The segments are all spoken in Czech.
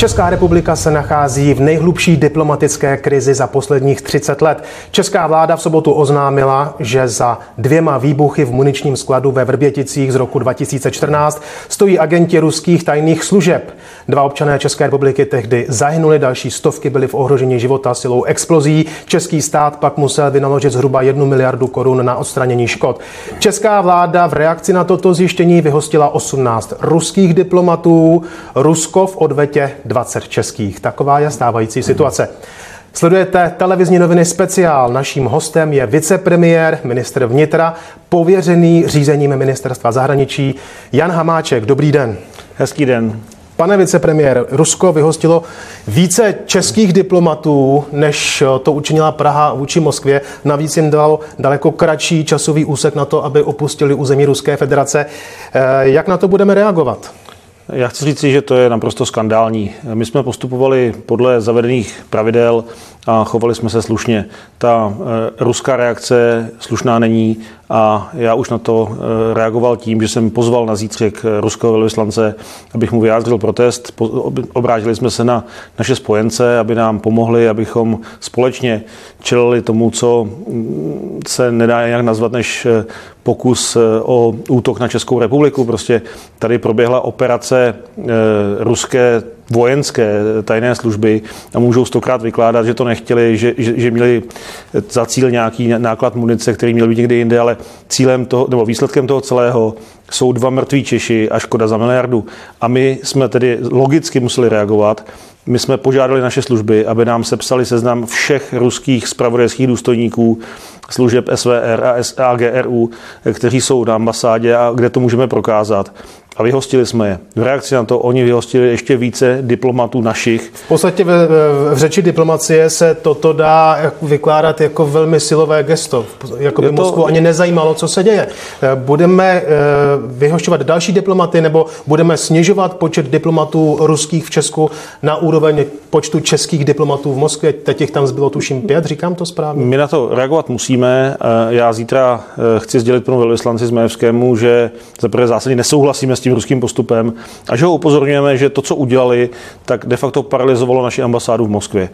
Česká republika se nachází v nejhlubší diplomatické krizi za posledních 30 let. Česká vláda v sobotu oznámila, že za 2 výbuchy v muničním skladu ve Vrběticích z roku 2014 stojí agenti ruských tajných služeb. 2 občané České republiky tehdy zahynuli, další stovky byly v ohrožení života silou explozí. Český stát pak musel vynaložit zhruba 1 miliardu korun na odstranění škod. Česká vláda v reakci na toto zjištění vyhostila 18 ruských diplomatů, Rusko v odvetě 20 českých. Taková je stávající situace. Sledujete televizní noviny Speciál. Naším hostem je vicepremiér, ministr vnitra, pověřený řízením ministerstva zahraničí Jan Hamáček. Dobrý den. Hezký den. Pane vicepremiér, Rusko vyhostilo více českých diplomatů, než to učinila Praha vůči Moskvě. Navíc jim dalo daleko kratší časový úsek na to, aby opustili území Ruské federace. Jak na to budeme reagovat? Já chci říct, že to je naprosto skandální. My jsme postupovali podle zavedených pravidel a chovali jsme se slušně. Ta ruská reakce slušná není a já už na to reagoval tím, že jsem pozval na zítřek ruského velvyslance, abych mu vyjádřil protest. Obrátili jsme se na naše spojence, aby nám pomohli, abychom společně čelili tomu, co se nedá nějak nazvat než pokus o útok na Českou republiku. Prostě tady proběhla operace ruské vojenské tajné služby a můžou 100krát vykládat, že to nechtěli, že měli za cíl nějaký náklad munice, který měl být někde jinde, ale cílem toho, nebo výsledkem toho celého jsou 2 mrtví Češi a škoda za miliardu. A my jsme tedy logicky museli reagovat. My jsme požádali naše služby, aby nám sepsali seznam všech ruských zpravodajských důstojníků služeb SVR a GRU, kteří jsou na ambasádě a kde to můžeme prokázat. A vyhostili jsme je. V reakci na to oni vyhostili ještě více diplomatů našich. V podstatě v řeči diplomacie se toto dá vykládat jako velmi silové gesto. Jako by Moskvu ani nezajímalo, co se děje. Budeme vyhošťovat další diplomaty nebo budeme snižovat počet diplomatů ruských v Česku na úroveň počtu českých diplomatů v Moskvě? Teď jich tam zbylo tuším 5, říkám to správně? My na to reagovat musíme. Já zítra chci sdělit panu velvyslanci Zmajevskému, že zaprvé zásadně nesouhlasíme s tím ruským postupem a že ho upozorňujeme, že to, co udělali, tak de facto paralyzovalo naši ambasádu v Moskvě.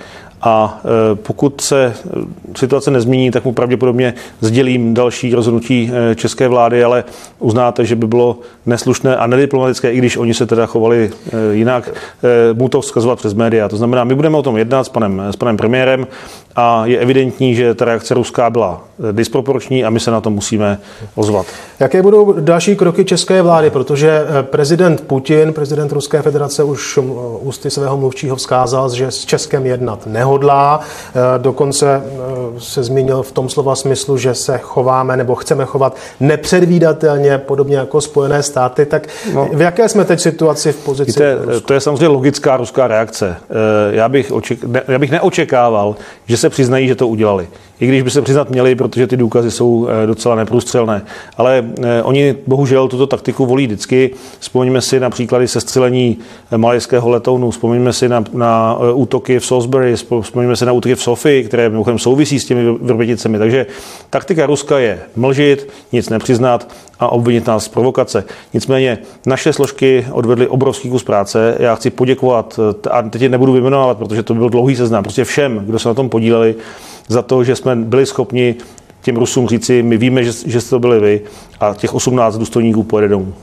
A pokud se situace nezmění, tak mu pravděpodobně sdělím další rozhodnutí české vlády, ale uznáte, že by bylo neslušné a nediplomatické, i když oni se teda chovali jinak, mu to vzkazovat přes média. To znamená, my budeme o tom jednat s panem premiérem a je evidentní, že ta reakce ruská byla disproporční a my se na to musíme ozvat. Jaké budou další kroky české vlády? Protože prezident Putin, prezident Ruské federace, už ústy svého mluvčího vzkázal, že s Českem jednat nehodlá. Dokonce se zmínil v tom slova smyslu, že se chováme nebo chceme chovat nepředvídatelně, podobně jako Spojené státy. Tak v jaké jsme teď situaci v pozici? Víte, to je samozřejmě logická ruská reakce. Já bych neočekával, že se přiznají, že to udělali. I když by se přiznat měli, protože ty důkazy jsou docela neprůstřelné. Ale oni bohužel tuto taktiku volí vždycky. Vzpomeňme si na příklady sestřelení malajského letounu, vzpomeňme si na útoky v Salisbury, vzpomeňme si na útoky v Sofii, které mimochodem souvisí s těmi Vrběticemi. Takže taktika Ruska je mlžit, nic nepřiznat a obvinit nás z provokace. Nicméně naše složky odvedly obrovský kus práce. Já chci poděkovat, a teď je nebudu vyjmenovat, protože to byl dlouhý seznam, prostě všem, kdo se na tom podíleli, za to, že jsme byli schopni těm Rusům říci, my víme, že jste to byli vy a těch 18 důstojníků pojede domů.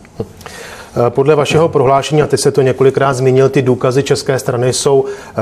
Podle vašeho prohlášení, a teď se to několikrát zmínil, ty důkazy české strany jsou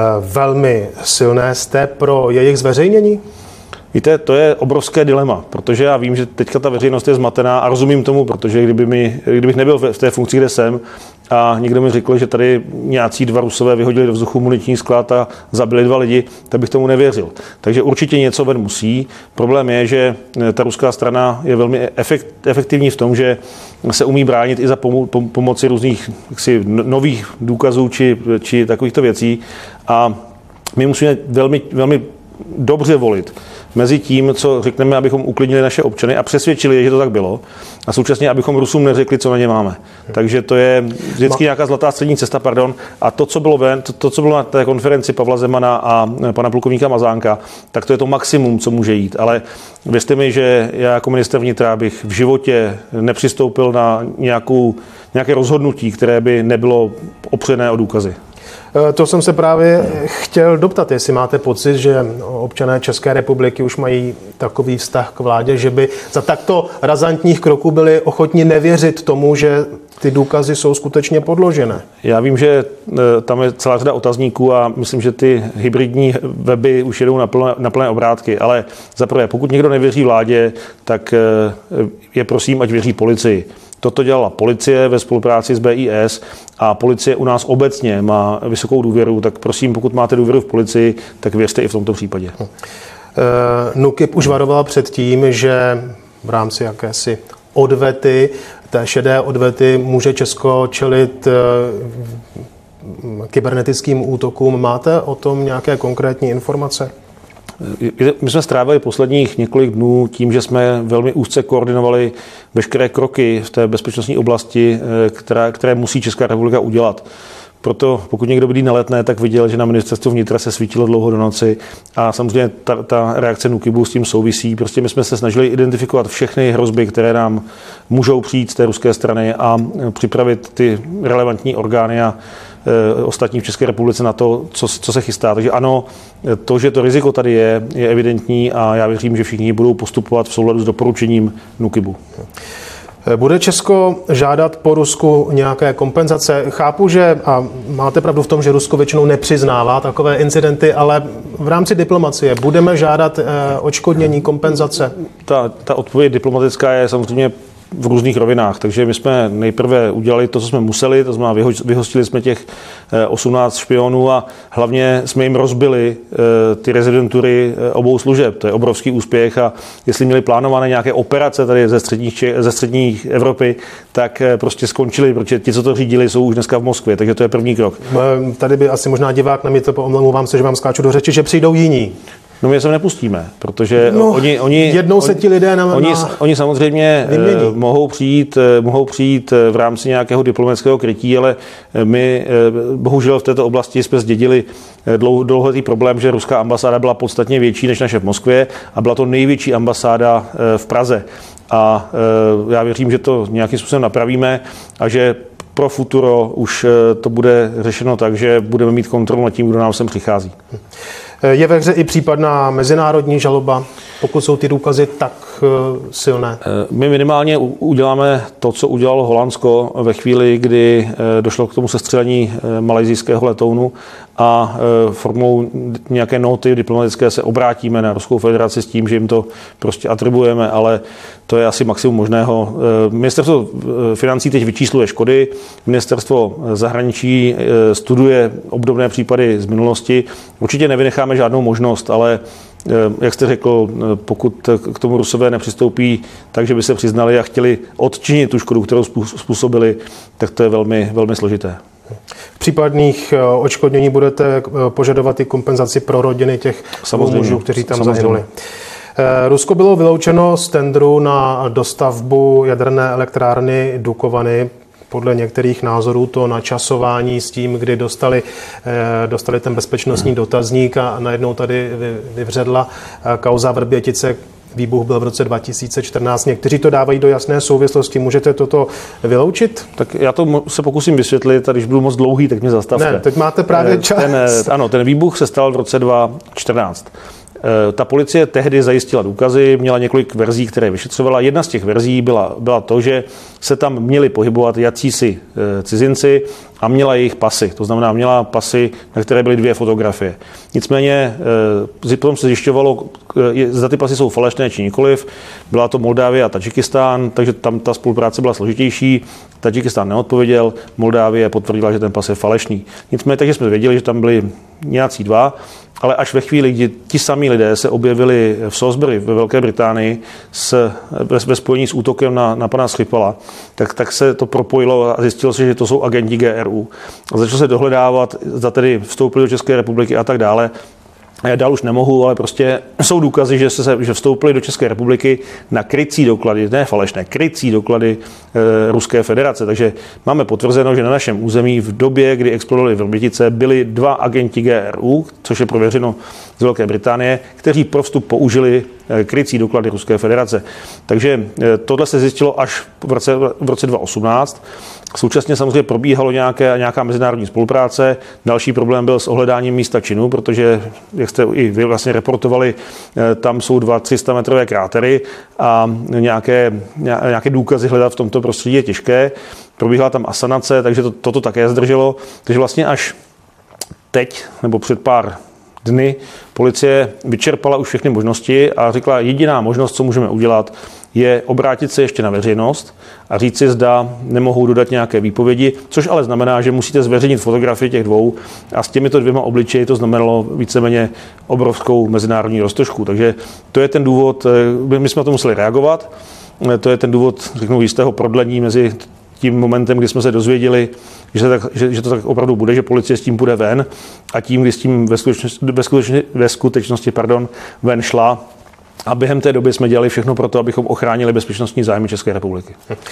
velmi silné. Jste pro jejich zveřejnění? Víte, to je obrovské dilema, protože já vím, že teďka ta veřejnost je zmatená a rozumím tomu, protože kdybych nebyl v té funkci, kde jsem, a někdo mi řekl, že tady nějací 2 Rusové vyhodili do vzduchu muniční sklad a zabili 2 lidi, tak bych tomu nevěřil. Takže určitě něco ven musí. Problém je, že ta ruská strana je velmi efektivní v tom, že se umí bránit i za pomoci různých nových důkazů či takovýchto věcí. A my musíme velmi, velmi dobře volit mezi tím, co řekneme, abychom uklidnili naše občany a přesvědčili je, že to tak bylo, a současně, abychom Rusům neřekli, co na ně máme. Takže to je vždycky nějaká zlatá střední cesta, a to, co bylo na té konferenci Pavla Zemana a pana plukovníka Mazánka, tak to je to maximum, co může jít. Ale věřte mi, že já jako ministr vnitra bych v životě nepřistoupil na nějaké rozhodnutí, které by nebylo opřené o důkazy. To jsem se právě chtěl doptat, jestli máte pocit, že občané České republiky už mají takový vztah k vládě, že by za takto razantních kroků byli ochotni nevěřit tomu, že ty důkazy jsou skutečně podložené. Já vím, že tam je celá řada otazníků a myslím, že ty hybridní weby už jedou na plné obrátky, ale zaprvé, pokud někdo nevěří vládě, tak je prosím, ať věří policii. Toto dělala policie ve spolupráci s BIS a policie u nás obecně má vysokou důvěru, tak prosím, pokud máte důvěru v policii, tak věřte i v tomto případě. NÚKIB už varovala před tím, že v rámci jakési odvety, té šedé odvety, může Česko čelit kybernetickým útokům. Máte o tom nějaké konkrétní informace? My jsme strávili posledních několik dnů tím, že jsme velmi úzce koordinovali veškeré kroky v té bezpečnostní oblasti, které musí Česká republika udělat. Proto pokud někdo bydlí na Letné, tak viděl, že na ministerstvu vnitra se svítilo dlouho do noci a samozřejmě ta reakce NÚKIBu s tím souvisí. Prostě my jsme se snažili identifikovat všechny hrozby, které nám můžou přijít z té ruské strany a připravit ty relevantní orgány a ostatní v České republice na to, co se chystá. Takže ano, to, že to riziko tady je evidentní a já věřím, že všichni budou postupovat v souladu s doporučením NÚKIBu. Bude Česko žádat po Rusku nějaké kompenzace? Chápu, že a máte pravdu v tom, že Rusko většinou nepřiznává takové incidenty, ale v rámci diplomacie budeme žádat odškodnění, kompenzace? Ta odpověď diplomatická je samozřejmě v různých rovinách, takže my jsme nejprve udělali to, co jsme museli, to znamená vyhostili jsme těch 18 špionů a hlavně jsme jim rozbili ty rezidentury obou služeb. To je obrovský úspěch a jestli měli plánované nějaké operace tady ze střední Evropy, tak prostě skončili, protože ti, co to řídili, jsou už dneska v Moskvě, takže to je první krok. Tady by asi možná divák na mě to omlouvám se, že vám skáču do řeči, že přijdou jiní. No my je sem nepustíme, protože jednou se ti lidé oni samozřejmě mohou přijít v rámci nějakého diplomatického krytí, ale my bohužel v této oblasti jsme zdědili dlouholetý problém, že ruská ambasáda byla podstatně větší než naše v Moskvě a byla to největší ambasáda v Praze. A já věřím, že to nějakým způsobem napravíme a že pro futuro už to bude řešeno tak, že budeme mít kontrolu nad tím, kdo nám sem přichází. Je ve hře i případná mezinárodní žaloba, pokud jsou ty důkazy tak silné? My minimálně uděláme to, co udělalo Holandsko ve chvíli, kdy došlo k tomu sestřelení malajsijského letounu a formou nějaké noty diplomatické se obrátíme na Ruskou federaci s tím, že jim to prostě atribujeme, ale to je asi maximum možného. Ministerstvo financí teď vyčísluje škody, ministerstvo zahraničí studuje obdobné případy z minulosti. Určitě nevynecháme žádnou možnost, ale jak jste řekl, pokud k tomu Rusové nepřistoupí tak, že by se přiznali a chtěli odčinit tu škodu, kterou způsobili, tak to je velmi, velmi složité. V případných odškodnění budete požadovat i kompenzaci pro rodiny těch mužů, kteří tam zahynuli. Rusko bylo vyloučeno z tendru na dostavbu jaderné elektrárny Dukovany. Podle některých názorů to načasování s tím, kdy dostali ten bezpečnostní dotazník a najednou tady vyvředla kauza Vrbětice. Výbuch byl v roce 2014. Někteří to dávají do jasné souvislosti. Můžete toto vyloučit? Tak já to se pokusím vysvětlit, a když budu moc dlouhý, tak mě zastavte. Ne, teď máte právě čas. Ten výbuch se stal v roce 2014. Ta policie tehdy zajistila důkazy, měla několik verzí, které vyšetřovala. Jedna z těch verzí byla to, že se tam měli pohybovat jacísi cizinci a měla jejich pasy. To znamená, měla pasy, na které byly 2 fotografie. Nicméně potom se zjišťovalo, zda ty pasy jsou falešné či nikoliv. Byla to Moldávie a Tadžikistán, takže tam ta spolupráce byla složitější. Tadžikistán neodpověděl, Moldávie potvrdila, že ten pas je falešný. Nicméně takže jsme věděli, že tam byli nějací 2. Ale až ve chvíli, kdy ti samí lidé se objevili v Salisbury ve Velké Británii ve spojení s útokem na pana Skripala, tak se to propojilo a zjistilo se, že to jsou agenti GRU. A začalo se dohledávat, zda tedy vstoupili do České republiky a tak dále. já dál už nemohu, ale prostě jsou důkazy, že vstoupili do České republiky na krycí doklady, ne falešné, krycí doklady Ruské federace. Takže máme potvrzeno, že na našem území v době, kdy explodovaly Vrbětice, byli 2 agenti GRU, což je prověřeno z Velké Británie, kteří pro vstup použili krycí doklady Ruské federace. Takže tohle se zjistilo až v roce 2018. Současně samozřejmě probíhalo nějaká mezinárodní spolupráce. Další problém byl s ohledáním místa činu, protože, jak jste i vy vlastně reportovali, tam jsou 200-300 metrové krátery a nějaké důkazy hledat v tomto prostředí je těžké. Probíhala tam asanace, takže toto také zdrželo. Takže vlastně až teď, nebo před pár dny, policie vyčerpala už všechny možnosti a řekla, jediná možnost, co můžeme udělat, je obrátit se ještě na veřejnost a říct si, zda nemohou dodat nějaké výpovědi, což ale znamená, že musíte zveřejnit fotografii těch 2 a s těmito 2 obličeji to znamenalo víceméně obrovskou mezinárodní roztržku. Takže to je ten důvod, my jsme na to museli reagovat, to je ten důvod, řeknu, jistého prodlení mezi tím momentem, kdy jsme se dozvěděli, že to tak opravdu bude, že policie s tím půjde ven a tím, kdy s tím ve skutečnosti ven šla. A během té doby jsme dělali všechno pro to, abychom ochránili bezpečnostní zájmy České republiky.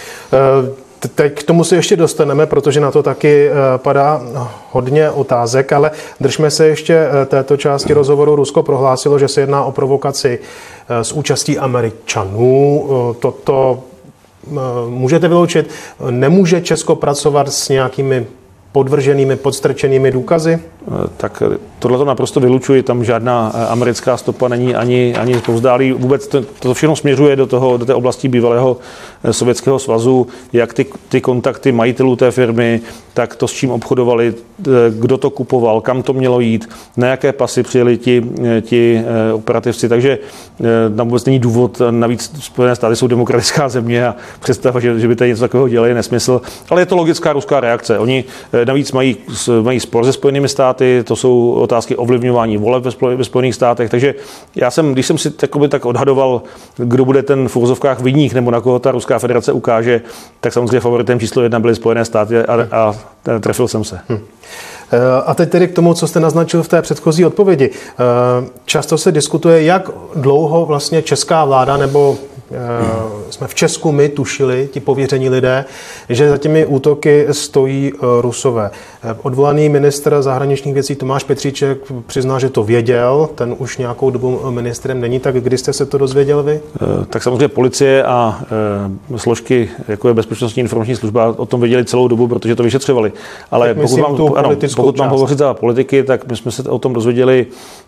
Teď k tomu se ještě dostaneme, protože na to taky padá hodně otázek, ale držme se ještě této části rozhovoru. Rusko prohlásilo, že se jedná o provokaci s účastí Američanů. Toto můžete vyloučit? Nemůže Česko pracovat s nějakými podvrženými, podstrčenými důkazy? Tak tohle to naprosto vylučuji, tam žádná americká stopa není ani povzdálí. Vůbec to všechno směřuje do té oblasti bývalého Sovětského svazu, jak ty kontakty majitelů té firmy, tak to, s čím obchodovali, kdo to kupoval, kam to mělo jít, na jaké pasy přijeli ti operativci, takže tam vůbec není důvod, navíc Spojené státy jsou demokratická země a představa, že by tady něco takového dělali, je nesmysl, ale je to logická ruská reakce. Oni navíc mají spor se Spojenými státy, to jsou otázky ovlivňování voleb ve Spojených státech, takže když jsem si tak odhadoval, kdo bude ten v uvozovkách viník nebo na koho ta Ruská federace ukáže, tak samozřejmě favoritem číslo 1 byly Spojené státy a trefil jsem se. A teď tedy k tomu, co jste naznačil v té předchozí odpovědi. Často se diskutuje, jak dlouho vlastně česká vláda nebo jsme v Česku my tušili, ti pověření lidé, že za těmi útoky stojí Rusové. Odvolaný ministr zahraničních věcí Tomáš Petříček přiznal, že to věděl, ten už nějakou dobu ministrem není, tak kdy jste se to dozvěděl vy? Tak samozřejmě policie a složky, jako je Bezpečnostní informační služba, o tom věděli celou dobu, protože to vyšetřovali. Ale pokud mám hovořit za politiky, tak my jsme se o tom dozvěděli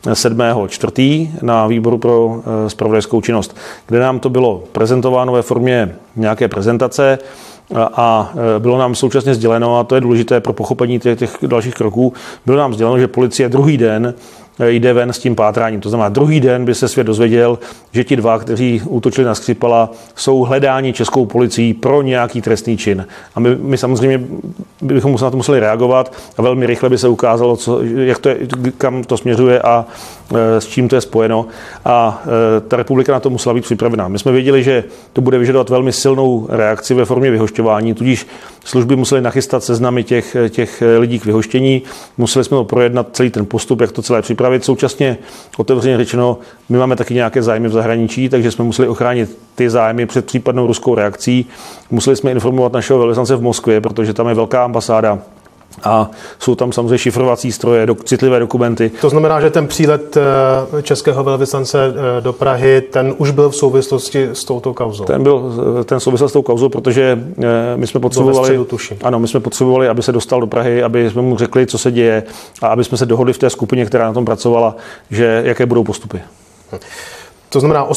7.4. na výboru pro zpravodajskou činnost, kde nám to bylo prezentováno ve formě nějaké prezentace a bylo nám současně sděleno, a to je důležité pro pochopení těch dalších kroků, bylo nám sděleno, že policie druhý den jde ven s tím pátráním. To znamená, druhý den by se svět dozvěděl, že ti 2, kteří útočili na Skripala, jsou hledáni českou policií pro nějaký trestný čin. A my samozřejmě bychom na to museli reagovat a velmi rychle by se ukázalo, kam to směřuje a s čím to je spojeno. A ta republika na to musela být připravená. My jsme věděli, že to bude vyžadovat velmi silnou reakci ve formě vyhošťování, tudíž služby musely nachystat seznamy těch lidí k vyhoštění. Museli jsme to projednat celý ten postup, jak to celé připravit. Současně otevřeně řečeno, my máme taky nějaké zájmy v zahraničí, takže jsme museli ochránit ty zájmy před případnou ruskou reakcí. Museli jsme informovat našeho velvyslance v Moskvě, protože tam je velká ambasáda a jsou tam samozřejmě šifrovací stroje, citlivé dokumenty. To znamená, že ten přílet českého velvyslance do Prahy, ten už byl v souvislosti s touto kauzou? Ten souvisel s tou kauzou, protože my jsme potřebovali, aby se dostal do Prahy, aby jsme mu řekli, co se děje a aby jsme se dohodli v té skupině, která na tom pracovala, že jaké budou postupy. To znamená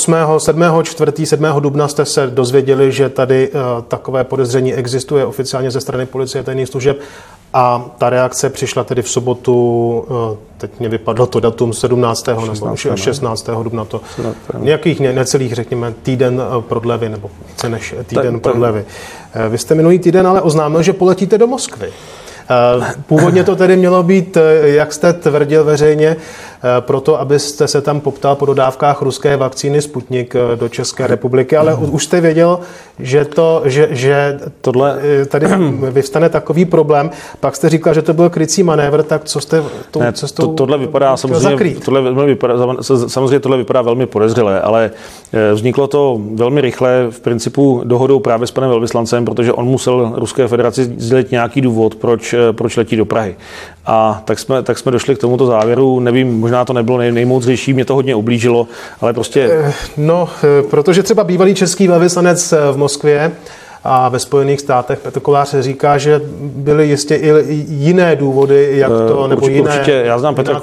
7. dubna jste se dozvěděli, že tady takové podezření existuje oficiálně ze strany policie a tajných služeb a ta reakce přišla tedy v sobotu, teď mě vypadlo to datum 17. nebo 16. dubna, to nějakých necelých, řekněme, týden prodlevy nebo více než týden prodlevy. Vy jste minulý týden ale oznámil, že poletíte do Moskvy. Původně to tedy mělo být, jak jste tvrdil veřejně, proto, abyste se tam poptal po dodávkách ruské vakcíny Sputnik do České republiky, ale už jste věděl, že tohle tady vyvstane takový problém. Pak jste říkal, že to byl krycí manévr, tak co jste tou cestou tohle vypadá samozřejmě tohle vypadá velmi podezřelé, ale vzniklo to velmi rychle, v principu dohodou právě s panem velvyslancem, protože on musel Ruské federaci sdělit nějaký důvod, proč letí do Prahy. A tak jsme došli k tomuto závěru. Nevím, možná to nebylo nejmoudřejší, mě to hodně ublížilo, ale prostě... No, protože třeba bývalý český velvyslanec v Moskvě a ve Spojených státech Petr Kolář říká, že byly jistě i jiné důvody, jak to, nebo jiné... Určitě, já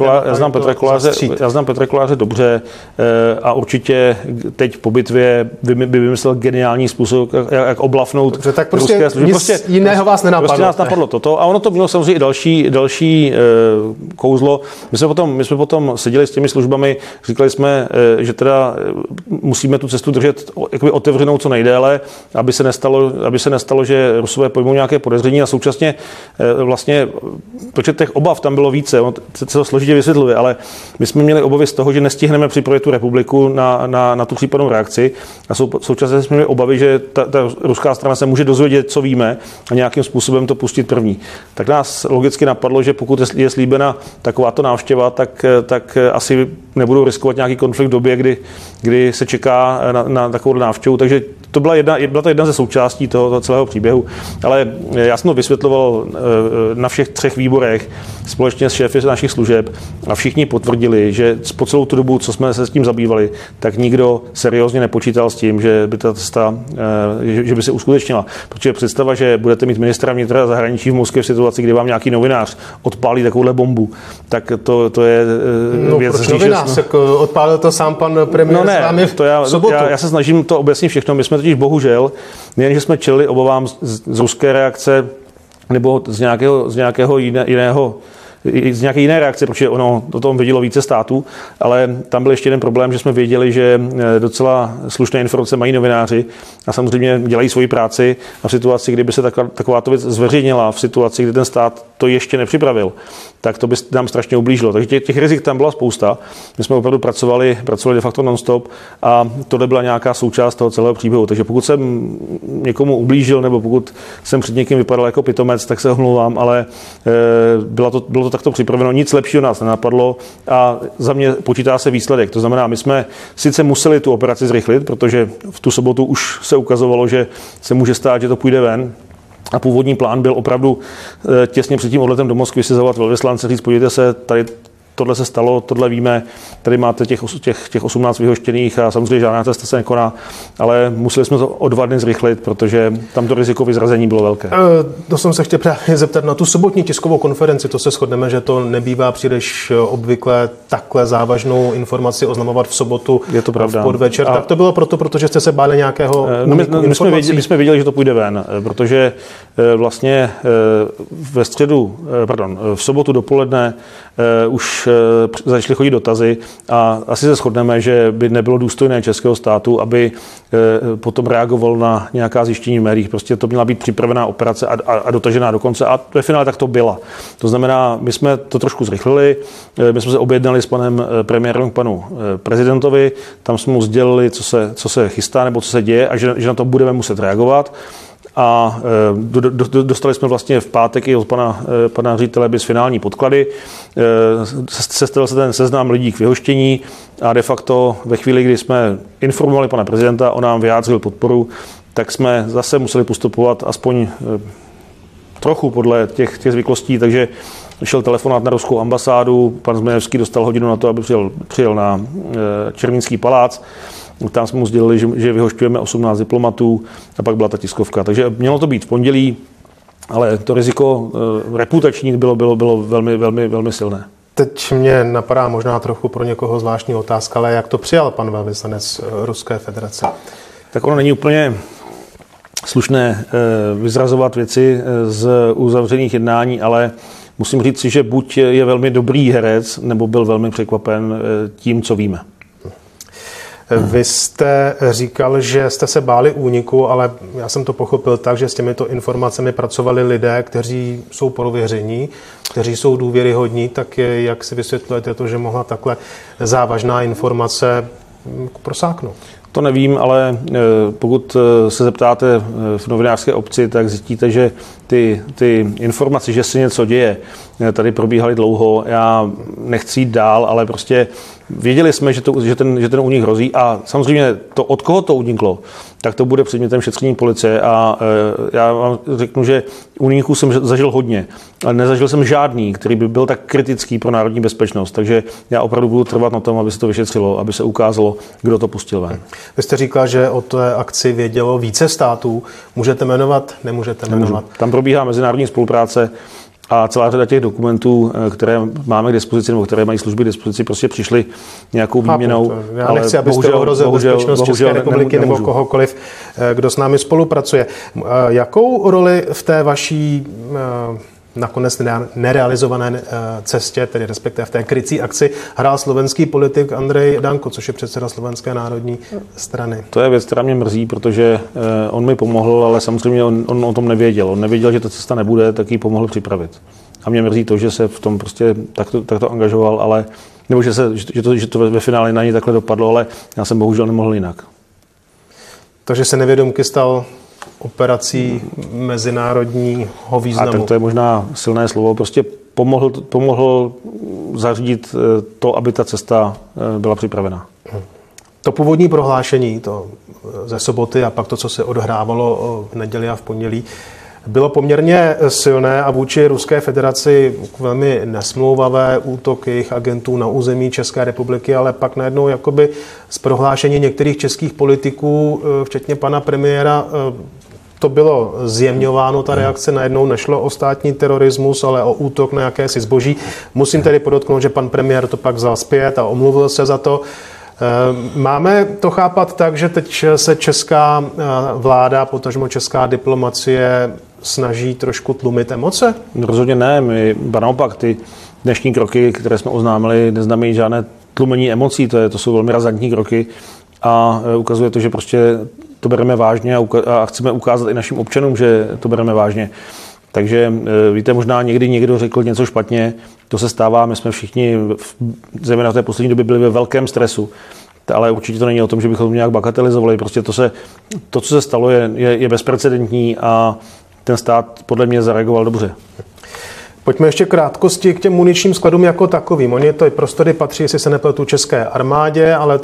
znám Petra Koláře dobře a určitě teď po bitvě by vymyslel geniální způsob, jak oblafnout dobře, tak prostě nic jiného vás nenapadlo. Prostě nás napadlo toto a ono to mělo samozřejmě i další kouzlo. My jsme potom seděli s těmi službami, říkali jsme, že teda musíme tu cestu držet jakoby otevřenou co nejdéle, aby se nestalo, že Rusové pojmou nějaké podezření a současně vlastně, protože těch obav tam bylo více, on se to složitě vysvětluje, ale my jsme měli obavy z toho, že nestihneme připravit tu republiku na tu případnou reakci a současně jsme měli obavy, že ta ruská strana se může dozvědět, co víme a nějakým způsobem to pustit první. Tak nás logicky napadlo, že pokud je slíbena takováto návštěva, tak asi nebudou riskovat nějaký konflikt v době, kdy se čeká na takovou návštěvu, takže to byla to jedna ze součástí toho celého příběhu, ale já jsem to vysvětloval na všech 3 výborech společně s šéfy našich služeb a všichni potvrdili, že po celou tu dobu, co jsme se s tím zabývali, tak nikdo seriózně nepočítal s tím, že by ta cesta, že by se uskutečnila. Protože představa, že budete mít ministra vnitra a zahraničí v Moskvě v situaci, kdy vám nějaký novinář odpálí takovouhle bombu, tak to je věc. Proč novinář? Odpálil to sám pan premiér s vámi v sobotu. Já se snažím to objasnit všechno. My jsme totiž bohužel, nejen, že jsme čelili obavám z ruské reakce nebo z nějaké jiné reakce, protože ono o tom vědělo více států, ale tam byl ještě jeden problém, že jsme věděli, že docela slušné informace mají novináři a samozřejmě dělají svoji práci a v situaci, kdyby se takováto věc zveřejnila, v situaci, kdy ten stát to ještě nepřipravil, tak to by nám strašně ublížilo. Takže těch rizik tam byla spousta. My jsme opravdu pracovali de facto non-stop a tohle byla nějaká součást toho celého příběhu. Takže pokud jsem někomu ublížil nebo pokud jsem před někým vypadal jako pitomec, tak se omlouvám, ale bylo to takto připraveno. Nic lepšího nás nenapadlo a za mě počítá se výsledek. To znamená, my jsme sice museli tu operaci zrychlit, protože v tu sobotu už se ukazovalo, že se může stát, že to půjde ven. A původní plán byl opravdu těsně před tím odletem do Moskvy si zavolat velvyslance, říct, podívejte se, tady tohle se stalo, tohle víme, tady máte těch 18 vyhoštěných a samozřejmě žádná cesta se nekoná, ale museli jsme to o 2 dny zrychlit, protože tam to riziko vyzrazení bylo velké. To jsem se chtěl právě zeptat na tu sobotní tiskovou konferenci, to se shodneme, že to nebývá příliš obvykle takhle závažnou informaci oznamovat v sobotu. Je to pravda. V podvečer. Tak to bylo protože jste se báli nějakého my jsme věděli, že to půjde ven, protože vlastně v sobotu dopoledne už začaly chodit dotazy a asi se shodneme, že by nebylo důstojné českého státu, aby potom reagoval na nějaká zjištění v médiích. Prostě to měla být připravená operace a dotažená do konce a ve finále tak to byla. To znamená, my jsme to trošku zrychlili, my jsme se objednali s panem premiérem k panu prezidentovi, tam jsme mu sdělili, co se chystá nebo co se děje a že na to budeme muset reagovat. A dostali jsme vlastně v pátek i od pana ředitele BIS finální podklady. Sestavil se ten seznam lidí k vyhoštění a de facto ve chvíli, kdy jsme informovali pana prezidenta, on nám vyjádřil podporu, tak jsme zase museli postupovat aspoň trochu podle těch zvyklostí, takže šel telefonát na ruskou ambasádu, pan Zmenevský dostal hodinu na to, aby přijel na Černínský palác. Tam jsme mu sdělili, že vyhošťujeme 18 diplomatů a pak byla ta tiskovka. Takže mělo to být v pondělí, ale to riziko reputační bylo velmi, velmi, velmi silné. Teď mě napadá možná trochu pro někoho zvláštní otázka, ale jak to přijal pan velvyslanec Ruské federace? Tak ono není úplně slušné vyzrazovat věci z uzavřených jednání, ale musím říct si, že buď je velmi dobrý herec, nebo byl velmi překvapen tím, co víme. Vy jste říkal, že jste se báli úniku, ale já jsem to pochopil tak, že s těmito informacemi pracovali lidé, kteří jsou prověření, kteří jsou důvěryhodní, tak jak si vysvětlujete to, že mohla takhle závažná informace prosáknout? To nevím, ale pokud se zeptáte v novinářské obci, tak zjistíte, že ty informace, že se něco děje, tady probíhaly dlouho. Já nechci jít dál, ale prostě věděli jsme, že ten únik hrozí a samozřejmě to, od koho to uniklo, tak to bude předmětem šetření policie a já vám řeknu, že úniků jsem zažil hodně, ale nezažil jsem žádný, který by byl tak kritický pro národní bezpečnost, takže já opravdu budu trvat na tom, aby se to vyšetřilo, aby se ukázalo, kdo to pustil ven. Vy jste říkal, že o té akci vědělo více států. Můžete jmenovat? Nemůžete jmenovat? Tam probíhá mezinárodní spolupráce a celá řada těch dokumentů, které máme k dispozici, nebo které mají služby k dispozici, prostě přišly nějakou výměnou. Já nechci, abyste ohrozil bezpečnost České republiky nebo kohokoliv, kdo s námi spolupracuje. Jakou roli v té vaší nakonec nerealizované cestě, tedy respektive v té krycí akci, hrál slovenský politik Andrej Danko, což je předseda Slovenské národní strany? To je věc, která mě mrzí, protože on mi pomohl, ale samozřejmě on o tom nevěděl. On nevěděl, že ta cesta nebude, tak ji pomohl připravit. A mě mrzí to, že se v tom prostě takto angažoval, ale nebo že to ve finále na něj takhle dopadlo, ale já jsem bohužel nemohl jinak. Takže se nevědomky stal operací mezinárodního významu. A tak to je možná silné slovo. Prostě pomohl zařídit to, aby ta cesta byla připravena. To původní prohlášení, to ze soboty a pak to, co se odhrávalo v neděli a v pondělí, bylo poměrně silné a vůči Ruské federaci velmi nesmlouvavé útoky jejich agentů na území České republiky, ale pak najednou jakoby z prohlášení některých českých politiků, včetně pana premiéra, to bylo zjemňováno, ta reakce, najednou nešlo o státní terorismus, ale o útok na jakési zboží. Musím tedy podotknout, že pan premiér to pak vzal zpět a omluvil se za to. Máme to chápat tak, že teď se česká vláda, potažmo česká diplomacie snaží trošku tlumit emoce? Rozhodně ne. Naopak ty dnešní kroky, které jsme oznámili, neznamenají žádné tlumení emocí. To jsou velmi razantní kroky a ukazuje to, že prostě to bereme vážně a chceme ukázat i našim občanům, že to bereme vážně. Takže víte, možná někdy někdo řekl něco špatně, to se stává, my jsme všichni, zejména v té poslední době, byli ve velkém stresu, ale určitě to není o tom, že bychom to nějak bagatelizovali, prostě to, co se stalo, je bezprecedentní a ten stát podle mě zareagoval dobře. Pojďme ještě krátkosti k těm muničním skladům jako takovým. Oni to prostory patří, jestli se nepletu, české armádě, ale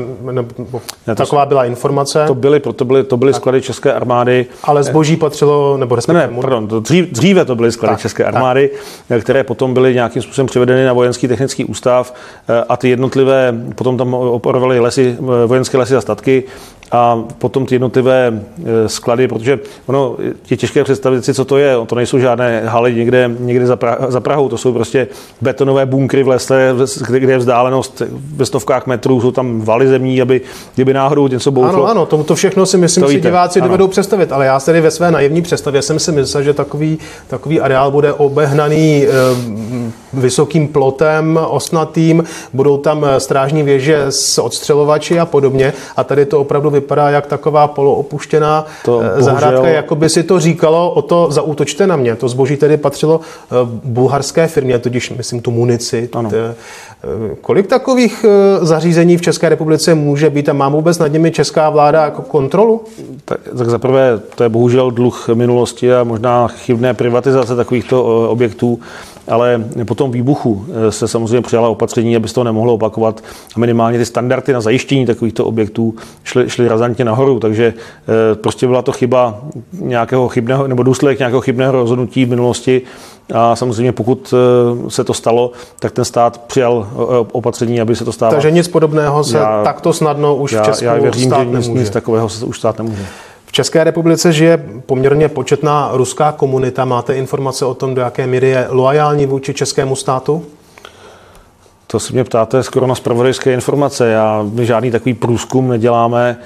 taková byla informace. To byly sklady české armády. Ale zboží patřilo, nebo respektive... Dříve to byly sklady české armády, které potom byly nějakým způsobem přivedeny na vojenský technický ústav a ty jednotlivé, potom tam operovaly vojenské lesy a statky a potom ty jednotlivé sklady, protože ono je těžké představit si, co to je. To nejsou žádné haly někde za Prahou, to jsou prostě betonové bunkry v lese, kde je vzdálenost ve stovkách metrů, jsou tam valy zemní, kdyby náhodou něco bouchlo. Ano, to všechno si myslím, si diváci dovedou představit, ale já tedy ve své naivní představě jsem si myslel, že takový areál bude obehnaný vysokým plotem, osnatým, budou tam strážní věže s odstřelovači a podobně a tady to opravdu vypadá jak taková poloopuštěná zahrádka, jako by si to říkalo, o to zaútočte na mě. To zboží tedy patřilo bulharské firmě, tudíž myslím tu munici. Kolik takových zařízení v České republice může být a má vůbec nad nimi česká vláda jako kontrolu? Tak zaprvé to je bohužel dluh minulosti a možná chybné privatizace takovýchto objektů, ale po tom výbuchu se samozřejmě přijala opatření, aby se to nemohlo opakovat a minimálně ty standardy na zajištění takovýchto objektů šly razantně nahoru, takže prostě byla to chyba nějakého chybného nebo důsledek nějakého chybného rozhodnutí v minulosti a samozřejmě pokud se to stalo, tak ten stát přijal opatření, aby se to stalo. Takže nic podobného se takto snadno už v Česku stát nemůže. Nic takového se už stát nemůže. V České republice žije poměrně početná ruská komunita. Máte informace o tom, do jaké míry je loajální vůči českému státu? To se mě ptáte skoro na zpravodajské informace. My žádný takový průzkum neděláme.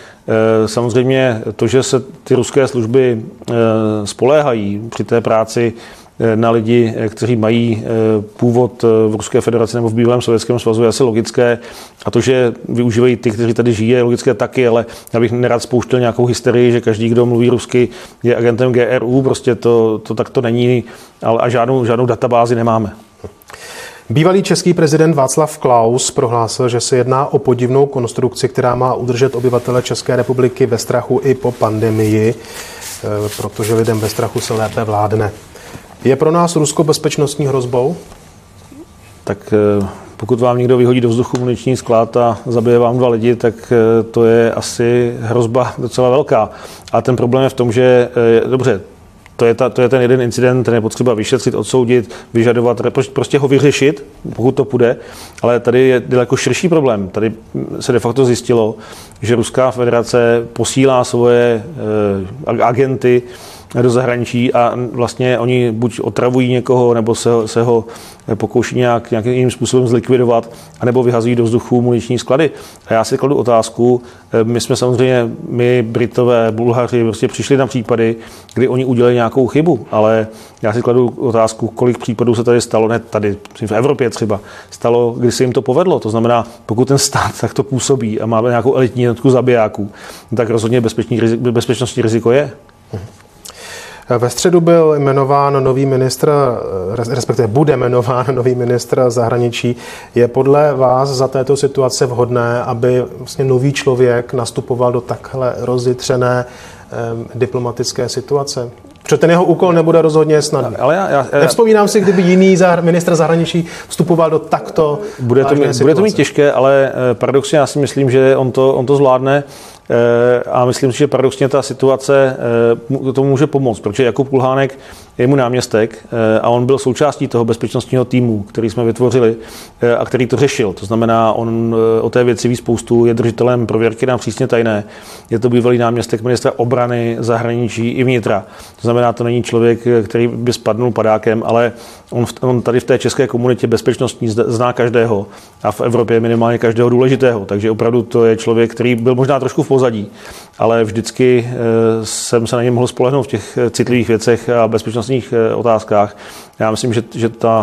Samozřejmě to, že se ty ruské služby spoléhají při té práci na lidi, kteří mají původ v Ruské federaci nebo v bývalém Sovětském svazu, je asi logické. A to, že využívají ty, kteří tady žijí, je logické taky, ale já bych nerad spouštěl nějakou hysterii, že každý, kdo mluví rusky, je agentem GRU, prostě to tak to není, a žádnou databázi nemáme. Bývalý český prezident Václav Klaus prohlásil, že se jedná o podivnou konstrukci, která má udržet obyvatele České republiky ve strachu i po pandemii, protože lidem ve strachu se lépe vládne. Je pro nás Rusko bezpečnostní hrozbou? Tak pokud vám někdo vyhodí do vzduchu muniční sklad a zabije vám 2 lidi, tak to je asi hrozba docela velká. A ten problém je v tom, že dobře, to je ten jeden incident, ten je potřeba vyšetřit, odsoudit, vyžadovat, prostě ho vyřešit, pokud to půjde, ale tady je daleko širší problém. Tady se de facto zjistilo, že Ruská federace posílá svoje agenty do zahraničí a vlastně oni buď otravují někoho, nebo se ho pokouší nějakým jiným způsobem zlikvidovat, anebo vyhazují do vzduchu muniční sklady. A já si kladu otázku, my Britové, Bulhaři, prostě přišli na případy, kdy oni udělali nějakou chybu, ale já si kladu otázku, kolik případů se tady stalo, ne tady, v Evropě třeba, stalo, kdy se jim to povedlo. To znamená, pokud ten stát takto působí a má nějakou elitní jednotku zabijáků, tak rozhodně bezpečnostní riziko je. Ve středu byl jmenován nový ministr, respektive bude jmenován nový ministr zahraničí. Je podle vás za této situace vhodné, aby vlastně nový člověk nastupoval do takhle rozjitřené diplomatické situace? Protože ten jeho úkol nebude rozhodně snadný. Ale nevzpomínám si, kdyby jiný ministr zahraničí vstupoval do takto Bude to mít těžké, ale paradoxně já si myslím, že on to zvládne. A myslím si, že paradoxně ta situace tomu může pomoct, protože Jakub Kulhánek je mu náměstek a on byl součástí toho bezpečnostního týmu, který jsme vytvořili a který to řešil. To znamená, on o té věci ví spoustu, je držitelem prověrky na přísně tajné. Je to bývalý náměstek ministra obrany, zahraničí i vnitra. To znamená, to není člověk, který by spadnul padákem, ale on tady v té české komunitě bezpečnostní zná každého a v Evropě minimálně každého důležitého. Takže opravdu to je člověk, který byl možná trošku v pozadí, ale vždycky jsem se na něj mohl spolehnout v těch citlivých věcech a bezpečnostních otázkách. Já myslím, že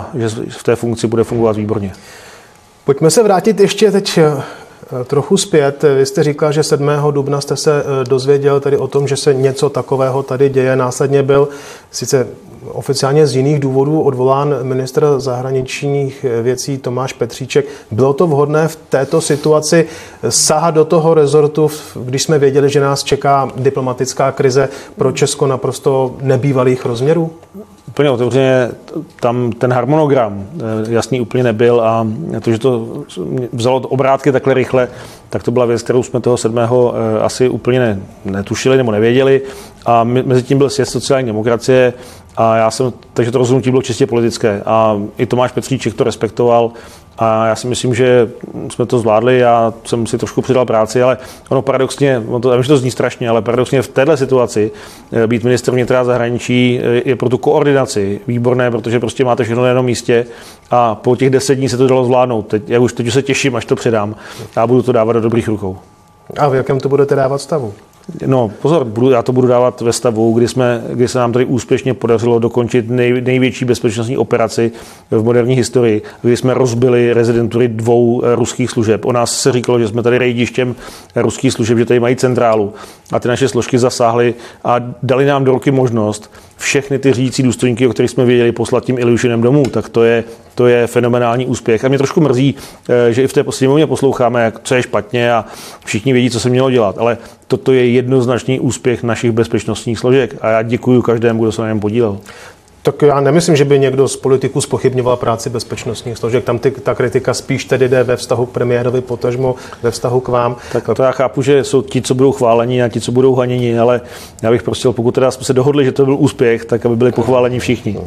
v té funkci bude fungovat výborně. Pojďme se vrátit ještě teď trochu zpět. Vy jste říkal, že 7. dubna jste se dozvěděl tedy o tom, že se něco takového tady děje. Následně byl sice oficiálně z jiných důvodů odvolán ministr zahraničních věcí Tomáš Petříček. Bylo to vhodné v této situaci sahat do toho rezortu, když jsme věděli, že nás čeká diplomatická krize pro Česko naprosto nebývalých rozměrů? Úplně otevřeně, tam ten harmonogram jasný úplně nebyl a to, že to vzalo obrátky takhle rychle, tak to byla věc, kterou jsme toho 7. asi úplně netušili nebo nevěděli a mezi tím byl sjezd sociální demokracie a takže to rozhodnutí bylo čistě politické a i Tomáš Petříček to respektoval a já si myslím, že jsme to zvládli, já jsem si trošku přidal práci, ale ono paradoxně, já vím, že to zní strašně, ale paradoxně v této situaci být ministr vnitra zahraničí je pro tu koordinaci výborné, protože prostě máte všechno na jednom místě a po těch 10 dní se to dalo zvládnout. Teď už se těším, až to předám a budu to dávat do dobrých rukou. A v jakém to budete dávat stavu? No pozor, já to budu dávat ve stavu, kdy se nám tady úspěšně podařilo dokončit největší bezpečnostní operaci v moderní historii, kdy jsme rozbili rezidentury 2 ruských služeb. O nás se říkalo, že jsme tady rejdištěm ruských služeb, že tady mají centrálu a ty naše složky zasáhly a dali nám do ruky možnost všechny ty řídící důstojníky, o kterých jsme věděli, poslat tím Iljušinem domů, tak to je fenomenální úspěch. A mě trošku mrzí, že i v té sněmovně posloucháme, co je špatně a všichni vědí, co se mělo dělat, ale toto je jednoznačný úspěch našich bezpečnostních složek a já děkuji každému, kdo se na něm podílel. Tak já nemyslím, že by někdo z politiků zpochybňoval práci bezpečnostních složek. Tam ta kritika spíš tedy jde ve vztahu k premiérovi, potažmo ve vztahu k vám. Tak to já chápu, že jsou ti, co budou chváleni a ti, co budou haněni, ale já bych prosil, pokud teda jsme se dohodli, že to byl úspěch, tak aby byli pochváleni všichni.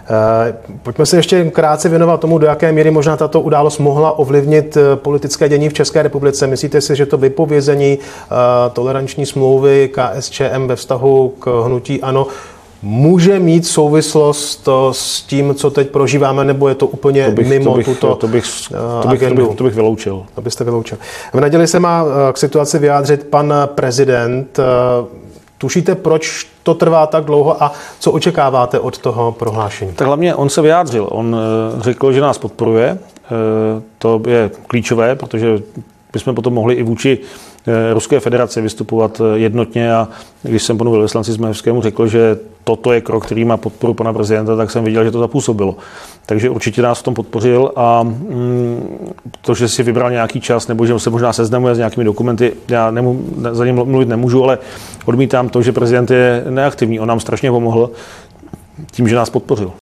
Pojďme se ještě krátce věnovat tomu, do jaké míry možná tato událost mohla ovlivnit politické dění v České republice. Myslíte si, že to vypovězení toleranční smlouvy KSČM ve vztahu k hnutí ANO může mít souvislost s tím, co teď prožíváme, nebo je to úplně mimo tuto agendu? To bych vyloučil. To byste vyloučil. V neděli se má k situaci vyjádřit pan prezident. Tušíte, proč to trvá tak dlouho a co očekáváte od toho prohlášení? Tak hlavně on se vyjádřil. On řekl, že nás podporuje. To je klíčové, protože bychom potom mohli i vůči Ruské federaci vystupovat jednotně a když jsem panu velvyslanci Zmajevskému řekl, že toto je krok, který má podporu pana prezidenta, tak jsem viděl, že to zapůsobilo. Takže určitě nás v tom podpořil a to, že si vybral nějaký čas nebo že se možná seznamuje s nějakými dokumenty, já za ním mluvit nemůžu, ale odmítám to, že prezident je neaktivní. On nám strašně pomohl tím, že nás podpořil.